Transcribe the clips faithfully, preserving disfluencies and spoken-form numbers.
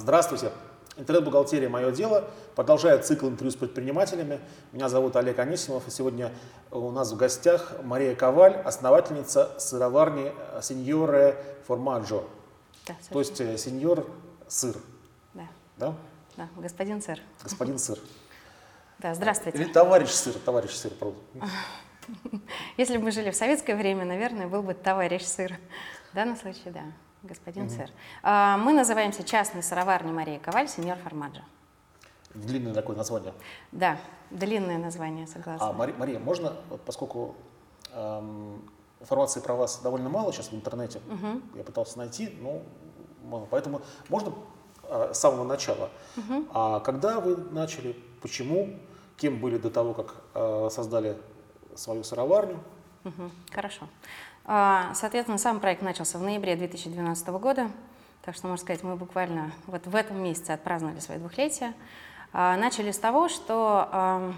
Здравствуйте. Интернет-бухгалтерия «Мое дело» продолжает цикл интервью с предпринимателями. Меня зовут Олег Анисимов, и сегодня у нас в гостях Мария Коваль, основательница сыроварни Синьоре Формаджо. Да, То есть сеньор сыр. Да. Да? Да, господин сыр. Господин сыр. Да, здравствуйте. Или товарищ сыр, товарищ сыр, правда. Если бы мы жили в советское время, наверное, был бы товарищ сыр. В данном случае, да, господин Угу. сыр. А, мы называемся частной сыроварней Мария Коваль, сеньор Формаджо. Длинное такое название. Да, длинное название, согласна. А, Мари, Мария, можно, вот поскольку эм, информации про вас довольно мало сейчас в интернете, Угу. я пытался найти, но мало. Поэтому можно э, с самого начала. Угу. А когда вы начали, почему, кем были до того, как э, создали свою сыроварню? Угу. Хорошо. А, соответственно, сам проект начался в ноябре две тысячи двенадцатого года, так что, можно сказать, мы буквально вот в этом месяце отпраздновали свое двухлетие. А, начали с того, что а,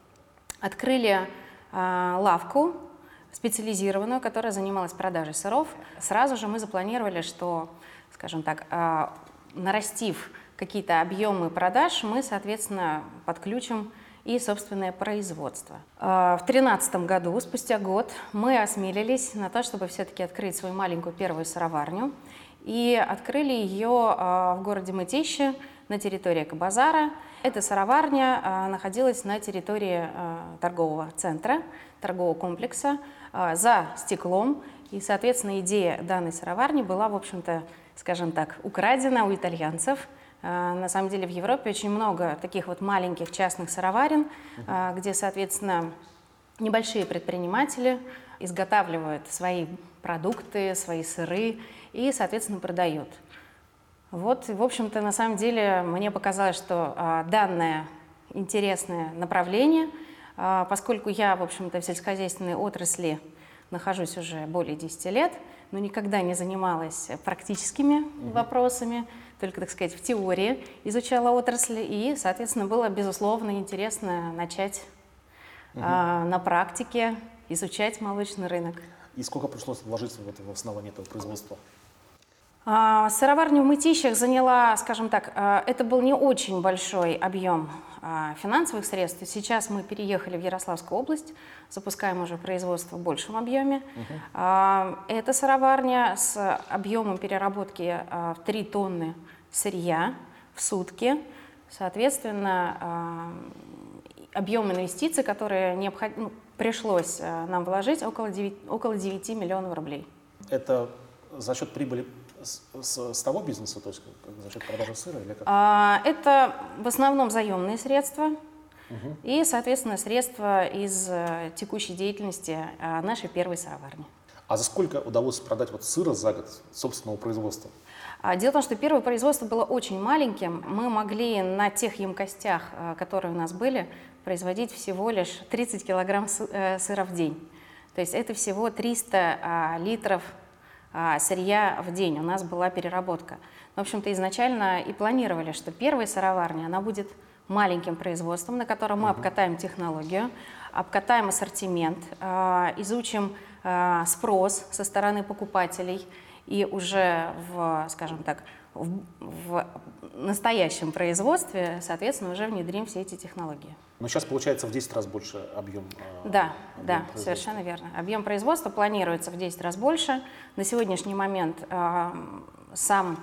открыли а, лавку специализированную, которая занималась продажей сыров. Сразу же мы запланировали, что, скажем так, а, нарастив какие-то объемы продаж, мы, соответственно, подключим и собственное производство. В две тысячи тринадцатом году, спустя год, мы осмелились на то, чтобы все-таки открыть свою маленькую первую сыроварню. И открыли ее в городе Мытищи на территории Экобазара. Эта сыроварня находилась на территории торгового центра, торгового комплекса, за стеклом. И, соответственно, идея данной сыроварни была, в общем-то, скажем так, украдена у итальянцев. На самом деле в Европе очень много таких вот маленьких частных сыроварен, uh-huh. где, соответственно, небольшие предприниматели изготавливают свои продукты, свои сыры и, соответственно, продают. Вот, в общем-то, на самом деле мне показалось, что а, данное интересное направление, а, поскольку я, в общем-то, в сельскохозяйственной отрасли нахожусь уже более десяти лет, но никогда не занималась практическими uh-huh. вопросами, только, так сказать, в теории изучала отрасль, и, соответственно, было, безусловно, интересно начать угу. а, на практике изучать молочный рынок. И сколько пришлось вложиться в это в основание этого производства? А, сыроварня в Мытищах заняла, скажем так, а, это был не очень большой объем а, финансовых средств. Сейчас мы переехали в Ярославскую область, запускаем уже производство в большем объеме. Угу. А, эта сыроварня с объемом переработки а, в три тонны сырья в сутки. Соответственно, объем инвестиций, которые необход... ну, пришлось нам вложить, около девяти миллионов рублей. Это за счет прибыли с, с, с того бизнеса, то есть за счет продажи сыра или как? А, это в основном заемные средства угу. и, соответственно, средства из текущей деятельности нашей первой сыроварни. А за сколько удалось продать вот сыра за год собственного производства? Дело в том, что первое производство было очень маленьким. Мы могли на тех емкостях, которые у нас были, производить всего лишь тридцать килограмм сыра в день. То есть это всего триста литров сырья в день у нас была переработка. В общем-то, изначально и планировали, что первая сыроварня, она будет маленьким производством, на котором мы обкатаем технологию, обкатаем ассортимент, изучим спрос со стороны покупателей, и уже в, скажем так, в, в настоящем производстве, соответственно, уже внедрим все эти технологии. Но сейчас получается в десять раз больше объем. Да, объем да, совершенно верно. Объем производства планируется в десять раз больше. На сегодняшний момент э, сам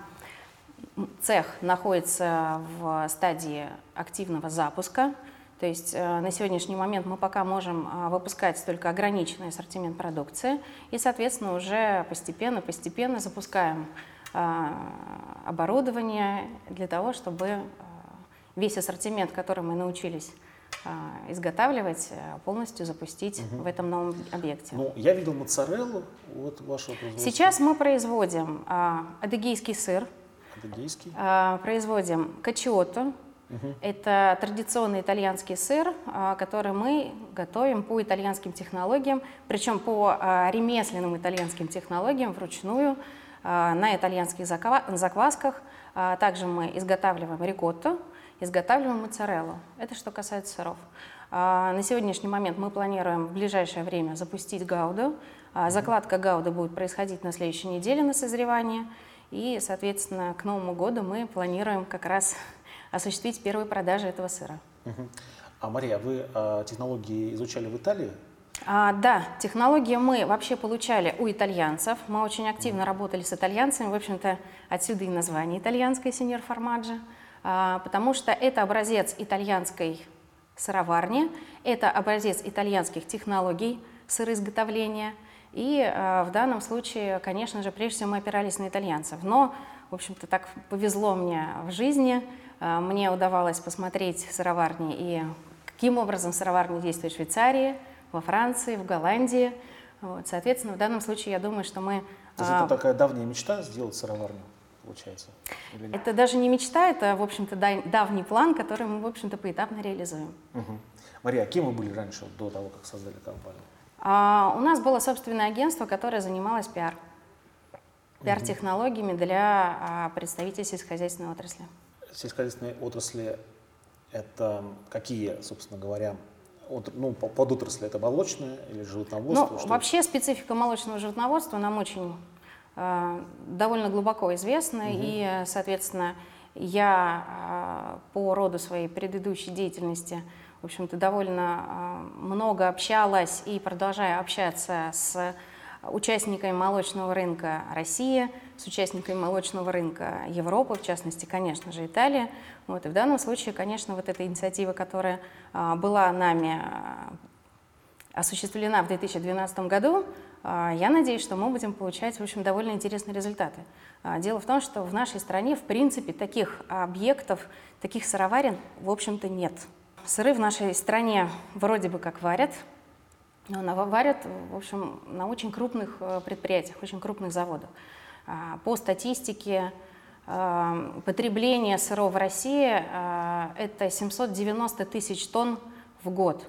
цех находится в стадии активного запуска. То есть э, на сегодняшний момент мы пока можем э, выпускать только ограниченный ассортимент продукции и, соответственно, уже постепенно-постепенно запускаем э, оборудование для того, чтобы э, весь ассортимент, который мы научились э, изготавливать, э, полностью запустить угу. в этом новом объекте. Ну, я видел моцареллу вот вашего производства. Сейчас мы производим э, адыгейский сыр, адыгейский. Э, производим качиотто. Угу. Это традиционный итальянский сыр, который мы готовим по итальянским технологиям, причем по ремесленным итальянским технологиям вручную на итальянских заквасках. Также мы изготавливаем рикотто, изготавливаем моцареллу. Это что касается сыров. На сегодняшний момент мы планируем в ближайшее время запустить гауду. Закладка гауды будет происходить на следующей неделе на созревание. И, соответственно, к Новому году мы планируем как раз осуществить первые продажи этого сыра. Угу. А, Мария, вы а, технологии изучали в Италии? А, да, технологии мы вообще получали у итальянцев. Мы очень активно работали с итальянцами. В общем-то, отсюда и название итальянской Синьор Формаджо, а, потому что это образец итальянской сыроварни, это образец итальянских технологий сыроизготовления. И а, в данном случае, конечно же, прежде всего мы опирались на итальянцев. Но, в общем-то, так повезло мне в жизни. А, мне удавалось посмотреть сыроварни и каким образом сыроварни действуют в Швейцарии, во Франции, в Голландии. Вот, соответственно, в данном случае я думаю, что мы… То есть а, это такая давняя мечта сделать сыроварню, получается? Или это даже не мечта, это, в общем-то, давний план, который мы, в общем-то, поэтапно реализуем. Угу. Мария, а кем вы были раньше, до того, как создали компанию? А, у нас было собственное агентство, которое занималось пиар. Пиар-технологиями для а, представителей сельскохозяйственной отрасли. Сельскохозяйственной отрасли – это какие, собственно говоря, от, ну, подотрасли? Это молочное или животноводство? Ну, что вообще специфика молочного животноводства нам очень э, довольно глубоко известна. Угу. И, соответственно, я э, по роду своей предыдущей деятельности, в общем-то, довольно э, много общалась и продолжаю общаться с участниками молочного рынка России, с участниками молочного рынка Европы, в частности, конечно же, Италия. Вот, и в данном случае, конечно, вот эта инициатива, которая а, была нами а, осуществлена в две тысячи двенадцатом году, а, я надеюсь, что мы будем получать, в общем, довольно интересные результаты. А, дело в том, что в нашей стране, в принципе, таких объектов, таких сыроварен, в общем-то, нет. Сыры в нашей стране вроде бы как варят, но варят, в общем, на очень крупных предприятиях, очень крупных заводах. По статистике, потребление сыров в России – это семьсот девяносто тысяч тонн в год.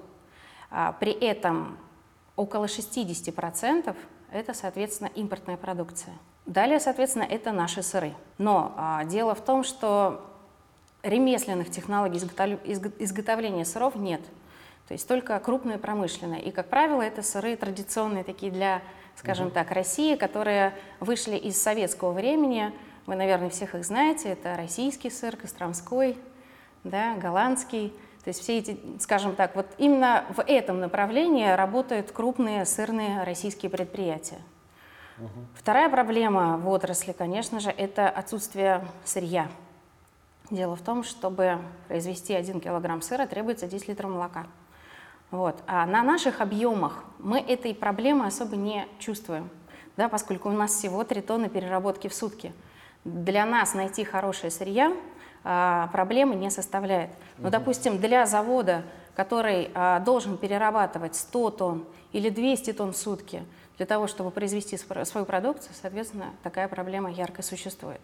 При этом около шестьдесят процентов – это, соответственно, импортная продукция. Далее, соответственно, это наши сыры. Но дело в том, что ремесленных технологий изготовления сыров нет. То есть только крупные промышленные. И, как правило, это сыры традиционные такие для, скажем угу. так, России, которые вышли из советского времени. Вы, наверное, всех их знаете. Это российский сыр, костромской, да, голландский. То есть все эти, скажем так, вот именно в этом направлении работают крупные сырные российские предприятия. Угу. Вторая проблема в отрасли, конечно же, это отсутствие сырья. Дело в том, чтобы произвести один килограмм сыра, требуется десять литров молока. Вот. А на наших объемах мы этой проблемы особо не чувствуем, да, поскольку у нас всего три тонны переработки в сутки. Для нас найти хорошее сырье а, проблемы не составляет. Но, угу. допустим, для завода, который а, должен перерабатывать сто тонн или двести тонн в сутки для того, чтобы произвести свою продукцию, соответственно, такая проблема ярко существует.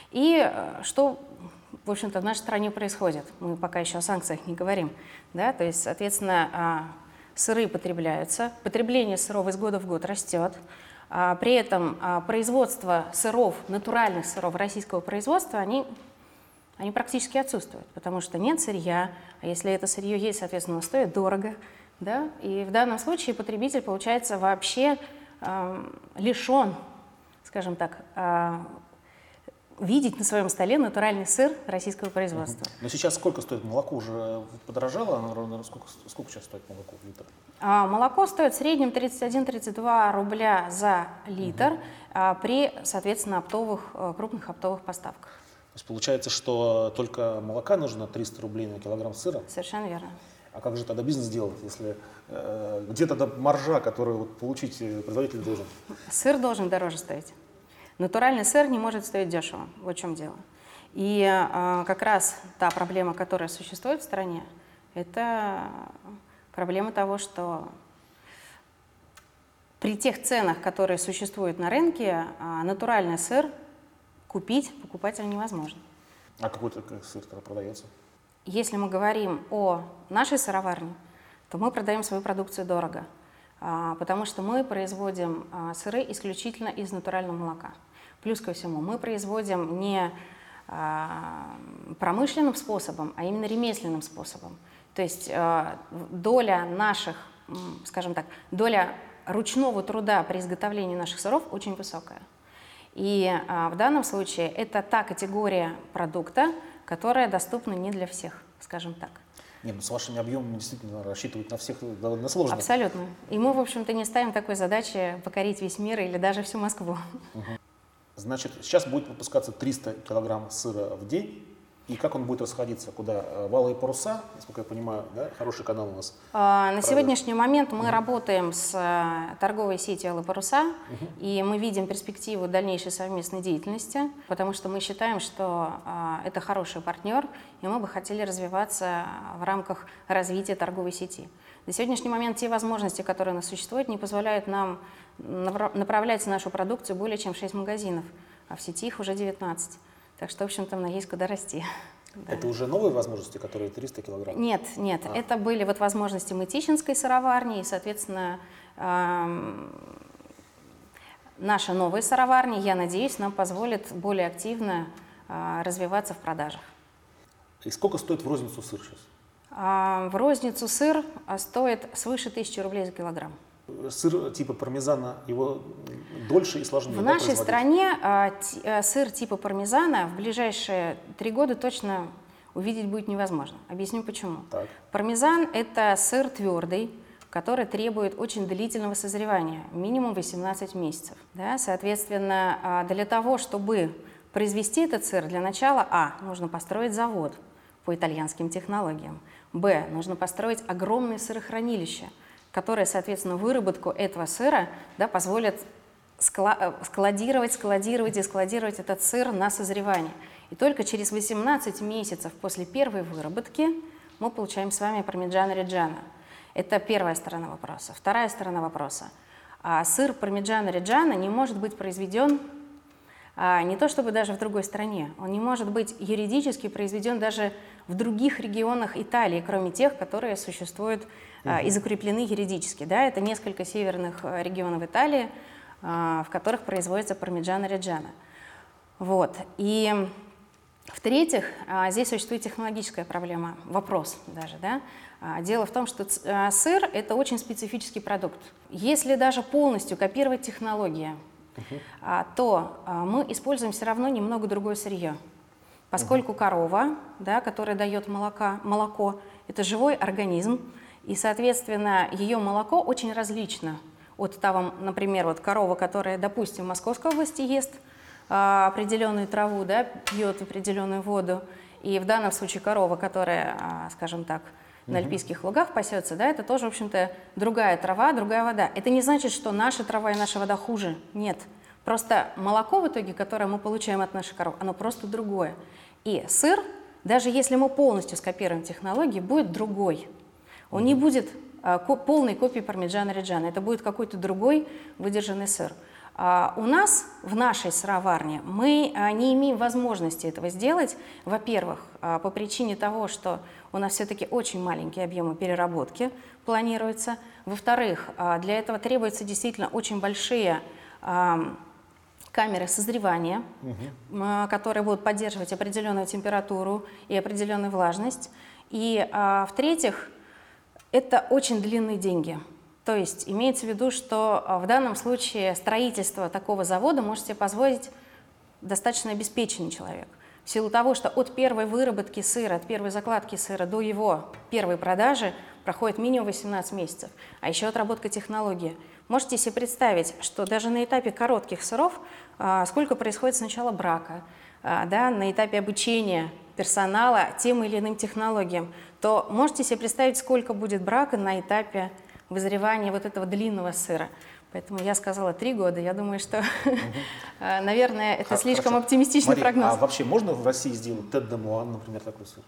И что, в общем-то, в нашей стране происходит? Мы пока еще о санкциях не говорим. Да? То есть, соответственно, сыры потребляются, потребление сыров из года в год растет. При этом производство сыров, натуральных сыров российского производства, они, они практически отсутствуют, потому что нет сырья, а если это сырье есть, соответственно, оно стоит дорого. Да? И в данном случае потребитель, получается, вообще э, лишен, скажем так, э, видеть на своем столе натуральный сыр российского производства. Но сейчас сколько стоит молоко? Уже подорожало? Сколько, сколько сейчас стоит молоко в литр? А, молоко стоит в среднем тридцать один — тридцать два рубля за литр угу. а, при, соответственно, оптовых, крупных оптовых поставках. То есть получается, что только молока нужно триста рублей на килограмм сыра? Совершенно верно. А как же тогда бизнес делать, если э, где тогда маржа, которую вот, получить производитель должен? Сыр должен дороже стоить. Натуральный сыр не может стоить дешево, вот в чем дело. И э, как раз та проблема, которая существует в стране, это проблема того, что при тех ценах, которые существуют на рынке, э, натуральный сыр купить покупателю невозможно. А какой такой сыр продается? Если мы говорим о нашей сыроварне, то мы продаем свою продукцию дорого. Потому что мы производим сыры исключительно из натурального молока. Плюс ко всему, мы производим не промышленным способом, а именно ремесленным способом. То есть доля наших, скажем так, доля ручного труда при изготовлении наших сыров очень высокая. И а, в данном случае это та категория продукта, которая доступна не для всех, скажем так. Не, ну с вашими объемами действительно рассчитывать на всех довольно сложно. Абсолютно. И мы, в общем-то, не ставим такой задачи покорить весь мир или даже всю Москву. Угу. Значит, сейчас будет выпускаться триста килограмм сыра в день. И как он будет расходиться? Куда? Валы и паруса, насколько я понимаю, да? Хороший канал у нас. А, на сегодняшний момент мы угу. работаем с а, торговой сетью «Валы и паруса», угу. и мы видим перспективу дальнейшей совместной деятельности, потому что мы считаем, что а, это хороший партнер, и мы бы хотели развиваться в рамках развития торговой сети. На сегодняшний момент те возможности, которые у нас существуют, не позволяют нам направлять нашу продукцию более чем в шесть магазинов, а в сети их уже девятнадцать. Так что, в общем-то, нам есть куда расти. Это да. уже новые возможности, которые триста килограмм? Нет, нет. А. Это были вот возможности Мытищинской сыроварни, и, соответственно, э наша новая сыроварня, я надеюсь, нам позволит более активно э развиваться в продажах. И сколько стоит в розницу сыр сейчас? А, в розницу сыр стоит свыше тысячи рублей за килограмм. Сыр типа пармезана, его дольше и сложнее? В да, нашей стране а, т, а, сыр типа пармезана в ближайшие три года точно увидеть будет невозможно. Объясню почему. Так. Пармезан – это сыр твердый, который требует очень длительного созревания, минимум восемнадцать месяцев. Да? Соответственно, а, для того, чтобы произвести этот сыр, для начала, а, нужно построить завод по итальянским технологиям, б, нужно построить огромное сырохранилище, которые, соответственно, выработку этого сыра, да, позволят складировать, складировать и складировать этот сыр на созревание. И только через восемнадцать месяцев после первой выработки мы получаем с вами пармиджано Реджано. Это первая сторона вопроса. Вторая сторона вопроса. А сыр пармиджано Реджано не может быть произведен а, не то чтобы даже в другой стране, он не может быть юридически произведен даже в других регионах Италии, кроме тех, которые существуют и закреплены юридически. Да, это несколько северных регионов Италии, в которых производится пармиджано Реджано. Вот. И в-третьих, здесь существует технологическая проблема, вопрос даже. Да? Дело в том, что сыр – это очень специфический продукт. Если даже полностью копировать технологии, uh-huh. то мы используем все равно немного другое сырье. Поскольку uh-huh. корова, да, которая дает молока, молоко, это живой организм, и, соответственно, ее молоко очень различно от того, например, вот корова, которая, допустим, в Московской области ест а, определенную траву, да, пьет определенную воду, и в данном случае корова, которая, а, скажем так, на альпийских лугах пасется, да, это тоже, в общем-то, другая трава, другая вода. Это не значит, что наша трава и наша вода хуже. Нет. Просто молоко в итоге, которое мы получаем от наших коров, оно просто другое. И сыр, даже если мы полностью скопируем технологии, будет другой. Он не будет а, ко полной копией пармиджано Реджано, это будет какой-то другой выдержанный сыр. А, у нас в нашей сыроварне мы а, не имеем возможности этого сделать, во-первых, а, по причине того, что у нас все-таки очень маленькие объемы переработки планируются, во-вторых, а, для этого требуются действительно очень большие а, камеры созревания, угу. а, которые будут поддерживать определенную температуру и определенную влажность, и а, в-третьих, это очень длинные деньги. То есть имеется в виду, что в данном случае строительство такого завода может себе позволить достаточно обеспеченный человек. В силу того, что от первой выработки сыра, от первой закладки сыра до его первой продажи проходит минимум восемнадцать месяцев, а еще отработка технологии. Можете себе представить, что даже на этапе коротких сыров сколько происходит сначала брака, да, на этапе обучения персонала тем или иным технологиям, то можете себе представить, сколько будет брака на этапе вызревания вот этого длинного сыра. Поэтому я сказала три года. Я думаю, что, угу. наверное, это Х слишком хорошо. Оптимистичный Мария, прогноз. А вообще можно в России сделать Тет де Муан, например, такой сыр?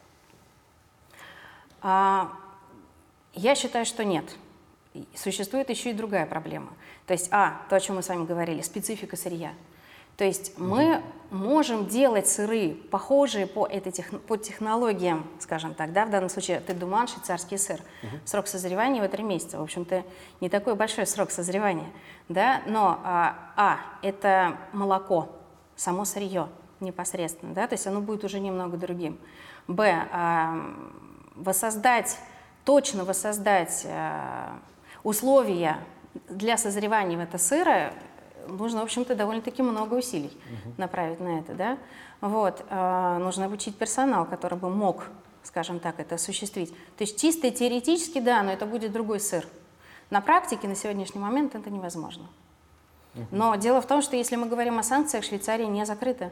А, я считаю, что нет. Существует еще и другая проблема. То есть, а, то, о чем мы с вами говорили, специфика сырья. То есть угу. мы можем делать сыры, похожие по, этой тех, по технологиям, скажем так, да, в данном случае Тет де Муан, швейцарский сыр. Угу. Срок созревания его три месяца. В общем-то, не такой большой срок созревания. Да? Но, а, а, это молоко, само сырье непосредственно, да? То есть оно будет уже немного другим. Б, а, воссоздать, точно воссоздать а, условия для созревания этого сыра нужно, в общем-то, довольно-таки много усилий угу. направить на это, да. Вот, э, нужно обучить персонал, который бы мог, скажем так, это осуществить. То есть чисто теоретически, да, но это будет другой сыр. На практике на сегодняшний момент это невозможно. Угу. Но дело в том, что если мы говорим о санкциях, Швейцария не закрыта.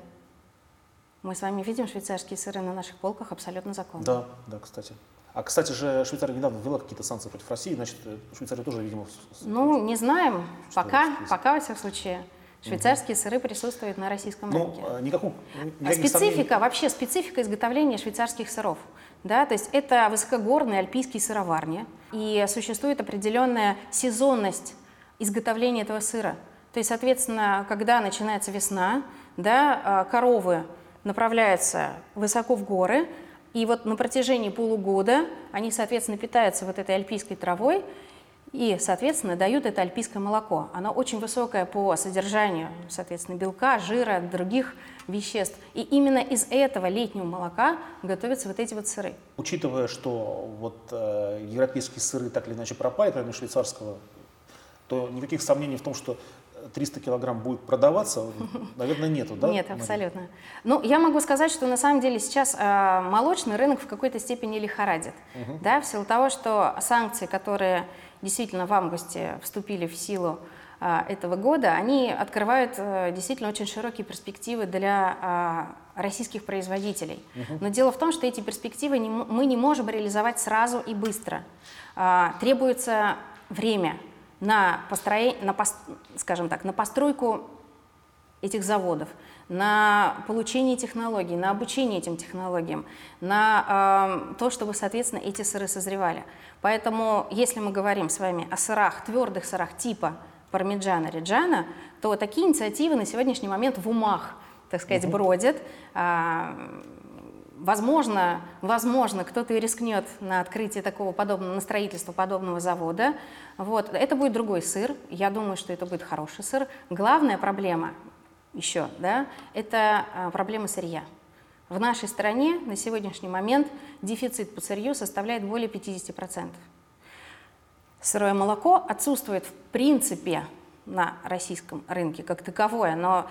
Мы с вами видим швейцарские сыры на наших полках абсолютно законно. Да, да, кстати. А, кстати же, Швейцария недавно ввела какие-то санкции против России, значит, Швейцария тоже, видимо... Ну, не знаем. Пока, пока, во всяком случае, швейцарские угу. сыры присутствуют на российском ну, рынке. Никакого, а специфика, сомнений. Вообще специфика изготовления швейцарских сыров. Да, то есть это высокогорные альпийские сыроварни, и существует определенная сезонность изготовления этого сыра. То есть, соответственно, когда начинается весна, да, коровы направляются высоко в горы, и вот на протяжении полугода они, соответственно, питаются вот этой альпийской травой и, соответственно, дают это альпийское молоко. Оно очень высокое по содержанию, соответственно, белка, жира, других веществ. И именно из этого летнего молока готовятся вот эти вот сыры. Учитывая, что вот э, европейские сыры так или иначе пропали, кроме швейцарского, то никаких сомнений в том, что триста килограмм будет продаваться, наверное, нету, да? Нет, абсолютно. Ну, я могу сказать, что на самом деле сейчас э, молочный рынок в какой-то степени лихорадит, угу. да, в силу того, что санкции, которые действительно в августе вступили в силу э, этого года, они открывают э, действительно очень широкие перспективы для э, российских производителей. Угу. Но дело в том, что эти перспективы не, мы не можем реализовать сразу и быстро. Э, требуется время на, построение, на, скажем так, на постройку этих заводов, на получение технологий, на обучение этим технологиям, на э, то, чтобы, соответственно, эти сыры созревали. Поэтому, если мы говорим с вами о сырах, твердых сырах типа пармиджано, реджано, то такие инициативы на сегодняшний момент в умах, так сказать, угу. бродят. Э, Возможно, возможно, кто-то и рискнет на открытие такого подобного, на строительство подобного завода. Вот. Это будет другой сыр. Я думаю, что это будет хороший сыр. Главная проблема еще, да, это проблема сырья. В нашей стране на сегодняшний момент дефицит по сырью составляет более пятидесяти процентов. Сырое молоко отсутствует в принципе на российском рынке как таковое, но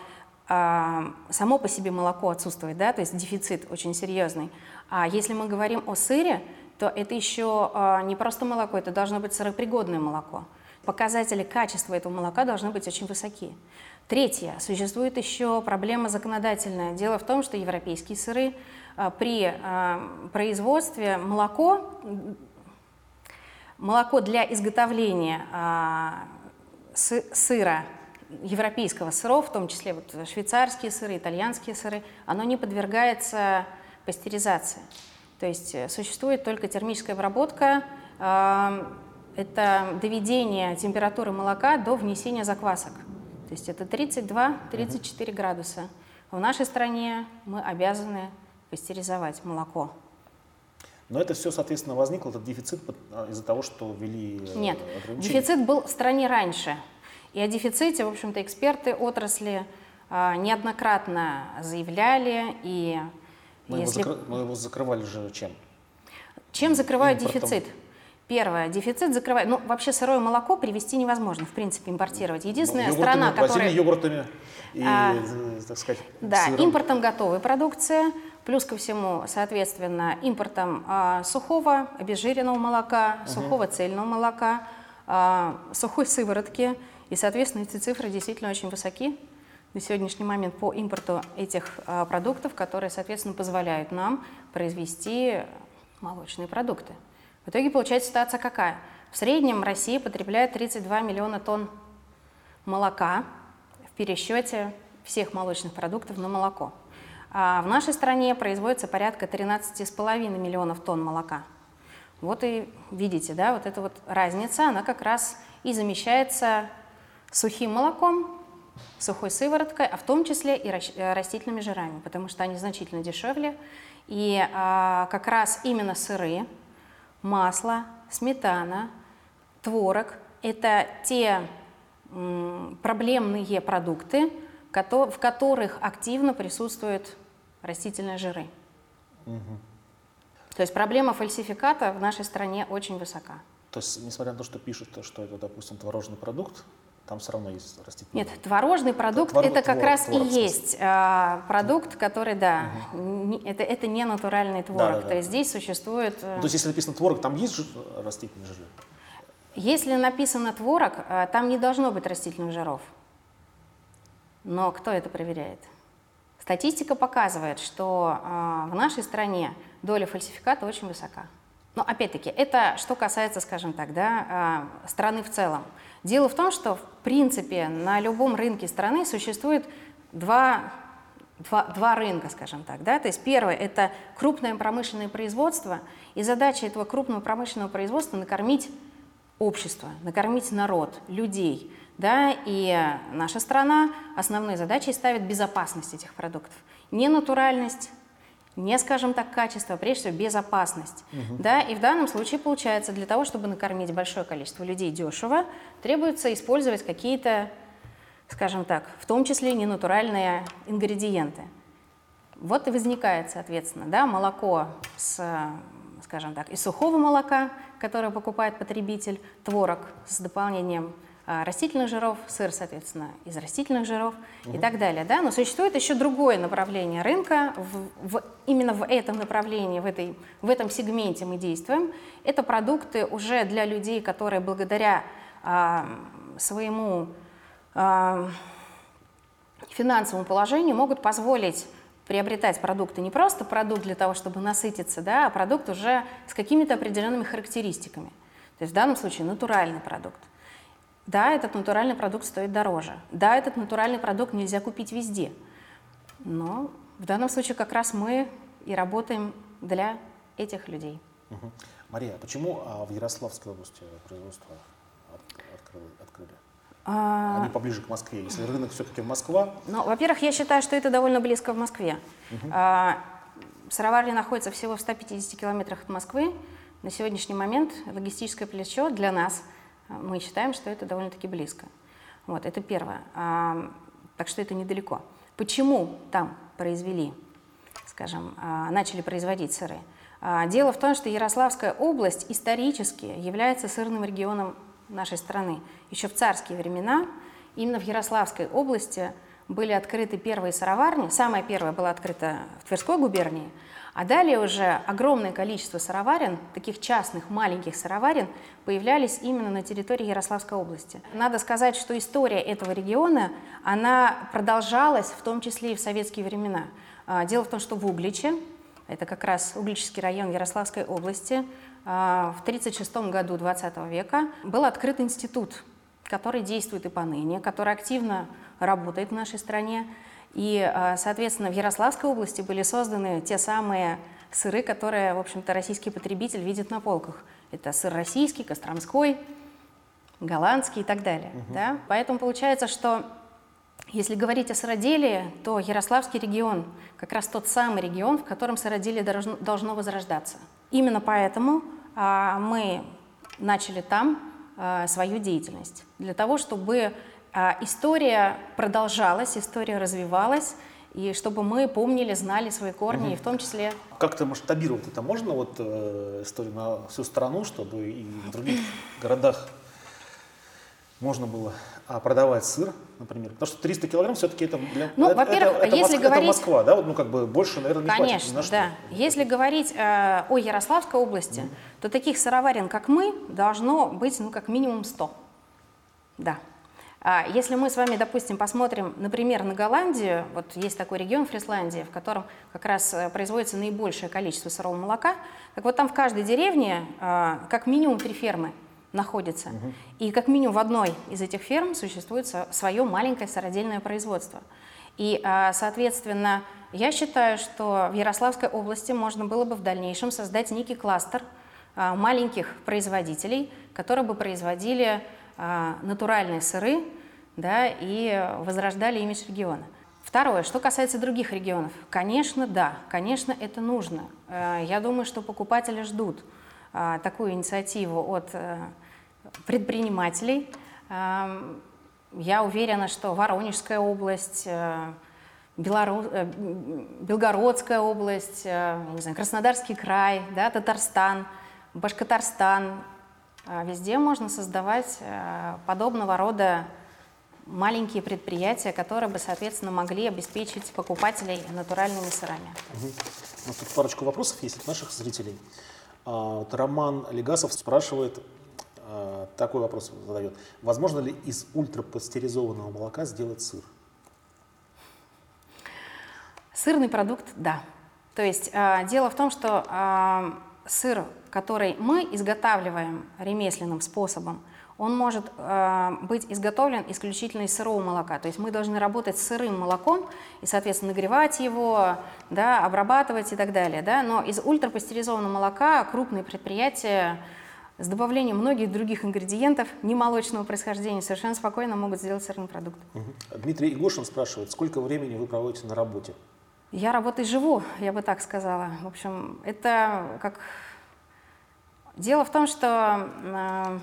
само по себе молоко отсутствует, да, то есть дефицит очень серьезный. А если мы говорим о сыре, то это еще не просто молоко, это должно быть сыропригодное молоко. Показатели качества этого молока должны быть очень высоки. Третье. Существует еще проблема законодательная. Дело в том, что европейские сыры при производстве молоко, молоко для изготовления сыра, европейского сыров, в том числе вот швейцарские сыры, итальянские сыры, оно не подвергается пастеризации. То есть существует только термическая обработка, э, это доведение температуры молока до внесения заквасок. То есть это тридцать два — тридцать четыре градуса. В нашей стране мы обязаны пастеризовать молоко. Но это все, соответственно, возникло, этот дефицит из-за того, что ввели Нет, дефицит был в стране раньше. И о дефиците, в общем-то, эксперты отрасли а, неоднократно заявляли. И мы, если... его закры... мы его закрывали же чем? Чем закрывают Импортом. Дефицит? Первое, дефицит закрывает. Ну, вообще сырое молоко привезти невозможно, в принципе, импортировать. Единственная ну, страна, которая... йогуртами и, а, так сказать, да, сыром. Импортом готовой продукции, плюс ко всему, соответственно, импортом а, сухого обезжиренного молока, угу. сухого цельного молока, а, сухой сыворотки. И, соответственно, эти цифры действительно очень высоки на сегодняшний момент по импорту этих а, продуктов, которые, соответственно, позволяют нам произвести молочные продукты. В итоге получается ситуация какая? В среднем Россия потребляет тридцать два миллиона тонн молока в пересчете всех молочных продуктов на молоко. А в нашей стране производится порядка тринадцати с половиной миллионов тонн молока. Вот и видите, да, вот эта вот разница, она как раз и замещается сухим молоком, сухой сывороткой, а в том числе и растительными жирами, потому что они значительно дешевле. И а, как раз именно сыры, масло, сметана, творог – это те м, проблемные продукты, в которых активно присутствуют растительные жиры. Угу. То есть проблема фальсификата в нашей стране очень высока. То есть, несмотря на то, что пишут, что это, допустим, творожный продукт, там все равно есть растительный Нет, творожный продукт Твор- это как творог, раз творог, и есть а, продукт, который, да, угу. не, это, это не натуральный творог. Да, да, да. То есть здесь существует... Ну, то есть если написано творог, там есть растительные жиры? Если написано творог, там не должно быть растительных жиров. Но кто это проверяет? Статистика показывает, что а, в нашей стране доля фальсификата очень высока. Но опять-таки, это что касается, скажем так, да, страны в целом. Дело в том, что в принципе на любом рынке страны существует два, два, два рынка, скажем так. Да? То есть первое – это крупное промышленное производство, и задача этого крупного промышленного производства – накормить общество, накормить народ, людей. Да? И наша страна основной задачей ставит безопасность этих продуктов. Не натуральность, не, скажем так, качество, а прежде всего безопасность. Угу. Да? И в данном случае получается, для того, чтобы накормить большое количество людей дешево, требуется использовать какие-то, скажем так, в том числе ненатуральные ингредиенты. Вот и возникает, соответственно, да, молоко с, скажем так, из сухого молока, которое покупает потребитель, творог с дополнением растительных жиров, сыр, соответственно, из растительных жиров угу. и так далее. Да? Но существует еще другое направление рынка. В, в, именно в этом направлении, в, этой, в этом сегменте мы действуем. Это продукты уже для людей, которые благодаря а, своему а, финансовому положению могут позволить приобретать продукты. Не просто продукт для того, чтобы насытиться, да, а продукт уже с какими-то определенными характеристиками. То есть в данном случае натуральный продукт. Да, этот натуральный продукт стоит дороже. Да, этот натуральный продукт нельзя купить везде. Но в данном случае как раз мы и работаем для этих людей. Угу. Мария, а почему а, в Ярославской области производство открыли? открыли? А... Они поближе к Москве. Если рынок все-таки Москва... Ну, во-первых, я считаю, что это довольно близко в Москве. Угу. А, сыроварня находится всего в ста пятидесяти километрах от Москвы. На сегодняшний момент логистическое плечо для нас – мы считаем, что это довольно-таки близко. Вот, это первое. А, так что это недалеко. Почему там произвели, скажем, а, начали производить сыры? А, дело в том, что Ярославская область исторически является сырным регионом нашей страны. Еще в царские времена именно в Ярославской области были открыты первые сыроварни. Самая первая была открыта в Тверской губернии, а далее уже огромное количество сыроварен, таких частных маленьких сыроварен, появлялись именно на территории Ярославской области. Надо сказать, что история этого региона, она продолжалась в том числе и в советские времена. Дело в том, что в Угличе, это как раз Угличский район Ярославской области, в тридцать шестом году двадцатого века был открыт институт, который действует и поныне, который активно работает в нашей стране. И, соответственно, в Ярославской области были созданы те самые сыры, которые, в общем-то, российский потребитель видит на полках. Это сыр российский, костромской, голландский и так далее. Угу. Да? Поэтому получается, что если говорить о сыроделии, то Ярославский регион как раз тот самый регион, в котором сыроделие должно, должно возрождаться. Именно поэтому а, мы начали там а, свою деятельность, для того, чтобы история продолжалась, история развивалась, и чтобы мы помнили, знали свои корни, угу. и в том числе... Как-то масштабировать это можно, вот э, историю на всю страну, чтобы и в других городах можно было а, продавать сыр, например? Потому что триста килограмм все-таки это... Для, ну, это, во-первых, это, это, если Москва, говорить... это Москва, да? Вот, ну, как бы больше, наверное, не Конечно, хватит. Конечно, да. Если говорить э, о Ярославской области, угу. то таких сыроварен, как мы, должно быть, ну, как минимум сто. Да. Если мы с вами, допустим, посмотрим, например, на Голландию, вот есть такой регион Фрисландия, в котором как раз производится наибольшее количество сырого молока, так вот там в каждой деревне как минимум три фермы находятся. Угу. И как минимум в одной из этих ферм существует свое маленькое сыродельное производство. И, соответственно, я считаю, что в Ярославской области можно было бы в дальнейшем создать некий кластер маленьких производителей, которые бы производили натуральные сыры, да, и возрождали имидж региона. Второе, что касается других регионов. Конечно, да, конечно, это нужно. Я думаю, что покупатели ждут такую инициативу от предпринимателей. Я уверена, что Воронежская область, Белору... Белгородская область, не знаю, Краснодарский край, да, Татарстан, Башкортостан, везде можно создавать подобного рода маленькие предприятия, которые бы, соответственно, могли обеспечить покупателей натуральными сырами. Угу. У нас тут парочку вопросов есть от наших зрителей. А, вот Роман Легасов спрашивает, а, такой вопрос задает. Возможно ли из ультрапастеризованного молока сделать сыр? Сырный продукт – да. То есть э, дело в том, что э, сыр, который мы изготавливаем ремесленным способом, он может э, быть изготовлен исключительно из сырого молока. То есть мы должны работать с сырым молоком и, соответственно, нагревать его, да, обрабатывать и так далее. Да? Но из ультрапастеризованного молока крупные предприятия с добавлением многих других ингредиентов немолочного происхождения совершенно спокойно могут сделать сырный продукт. Угу. Дмитрий Игошин спрашивает, сколько времени вы проводите на работе? Я работаю и живу, я бы так сказала. В общем, это как... Дело в том, что э,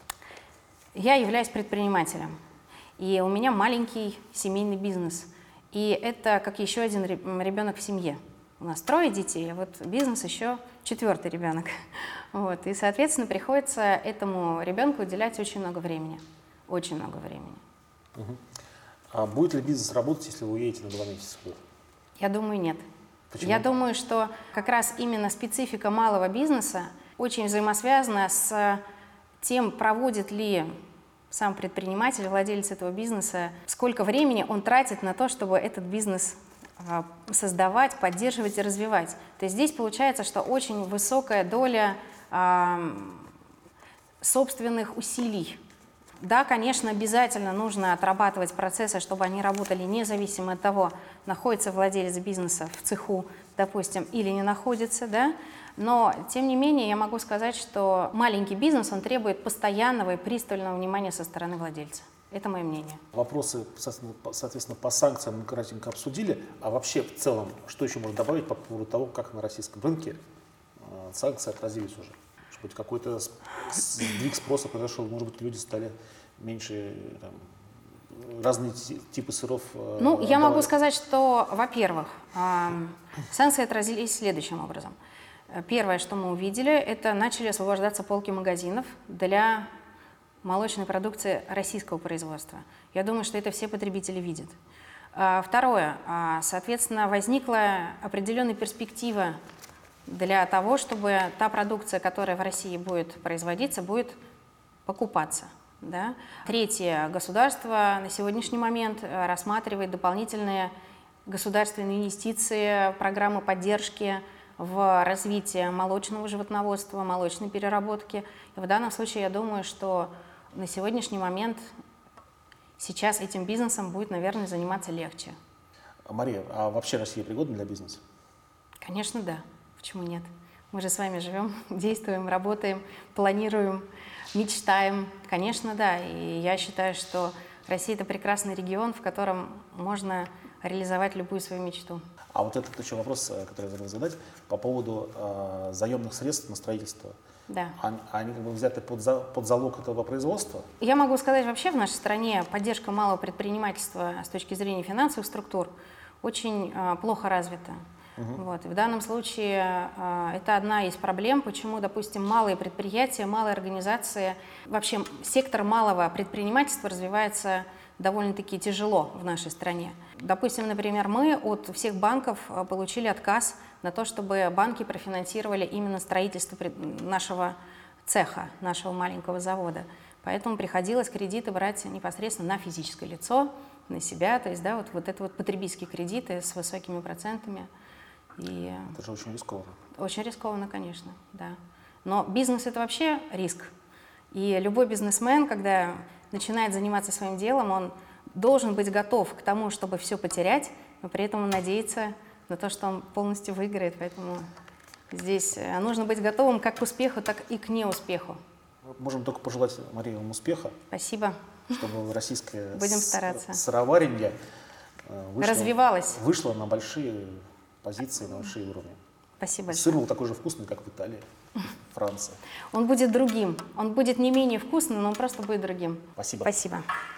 я являюсь предпринимателем, и у меня маленький семейный бизнес. И это как еще один ребенок в семье. У нас трое детей, а вот бизнес еще четвертый ребенок. Вот. И, соответственно, приходится этому ребенку уделять очень много времени. Очень много времени. Угу. А будет ли бизнес работать, если вы уедете на два месяца? Я думаю, нет. Почему? Я думаю, что как раз именно специфика малого бизнеса очень взаимосвязана с тем, проводит ли сам предприниматель, владелец этого бизнеса, сколько времени он тратит на то, чтобы этот бизнес создавать, поддерживать и развивать. То есть здесь получается, что очень высокая доля э, собственных усилий. Да, конечно, обязательно нужно отрабатывать процессы, чтобы они работали независимо от того, находится владелец бизнеса в цеху, допустим, или не находится, да. Но, тем не менее, я могу сказать, что маленький бизнес, он требует постоянного и пристального внимания со стороны владельца. Это мое мнение. Вопросы, соответственно, по санкциям мы кратенько обсудили. А вообще, в целом, что еще можно добавить по поводу того, как на российском рынке санкции отразились уже? Может быть, какой-то сдвиг спроса произошел, может быть, люди стали меньше, там, разные типы сыров. Ну, отдавали. Я могу сказать, что, во-первых, санкции отразились следующим образом. Первое, что мы увидели, это начали освобождаться полки магазинов для молочной продукции российского производства. Я думаю, что это все потребители видят. Второе, соответственно, возникла определенная перспектива для того, чтобы та продукция, которая в России будет производиться, будет покупаться. Да? Третье, государство на сегодняшний момент рассматривает дополнительные государственные инвестиции, программы поддержки в развитие молочного животноводства, молочной переработки. И в данном случае я думаю, что на сегодняшний момент сейчас этим бизнесом будет, наверное, заниматься легче. Мария, а вообще Россия пригодна для бизнеса? Конечно, да. Почему нет? Мы же с вами живем, действуем, работаем, планируем, мечтаем. Конечно, да. И я считаю, что Россия – это прекрасный регион, в котором можно реализовать любую свою мечту. А вот этот еще вопрос, который я забыл задать, по поводу э, заемных средств на строительство. Да. Они, они как бы взяты под, за, под залог этого производства? Я могу сказать, вообще в нашей стране поддержка малого предпринимательства с точки зрения финансовых структур очень э, плохо развита. Угу. Вот. И в данном случае э, это одна из проблем, почему, допустим, малые предприятия, малые организации, вообще сектор малого предпринимательства развивается довольно-таки тяжело в нашей стране. Допустим, например, мы от всех банков получили отказ на то, чтобы банки профинансировали именно строительство нашего цеха, нашего маленького завода. Поэтому приходилось кредиты брать непосредственно на физическое лицо, на себя, то есть, да, вот, вот это вот потребительские кредиты с высокими процентами. И это же очень рискованно. Очень рискованно, конечно, да. Но бизнес – это вообще риск. И любой бизнесмен, когда начинает заниматься своим делом, он должен быть готов к тому, чтобы все потерять, но при этом он надеется на то, что он полностью выиграет. Поэтому здесь нужно быть готовым как к успеху, так и к неуспеху. Можем только пожелать Марии вам успеха. Спасибо. Чтобы российское Будем стараться. сыроваренье вышло, развивалось. Вышло на большие позиции, на большие уровни. Спасибо большое. Сыр был такой же вкусный, как в Италии, Франции. Он будет другим. Он будет не менее вкусным, но он просто будет другим. Спасибо. Спасибо.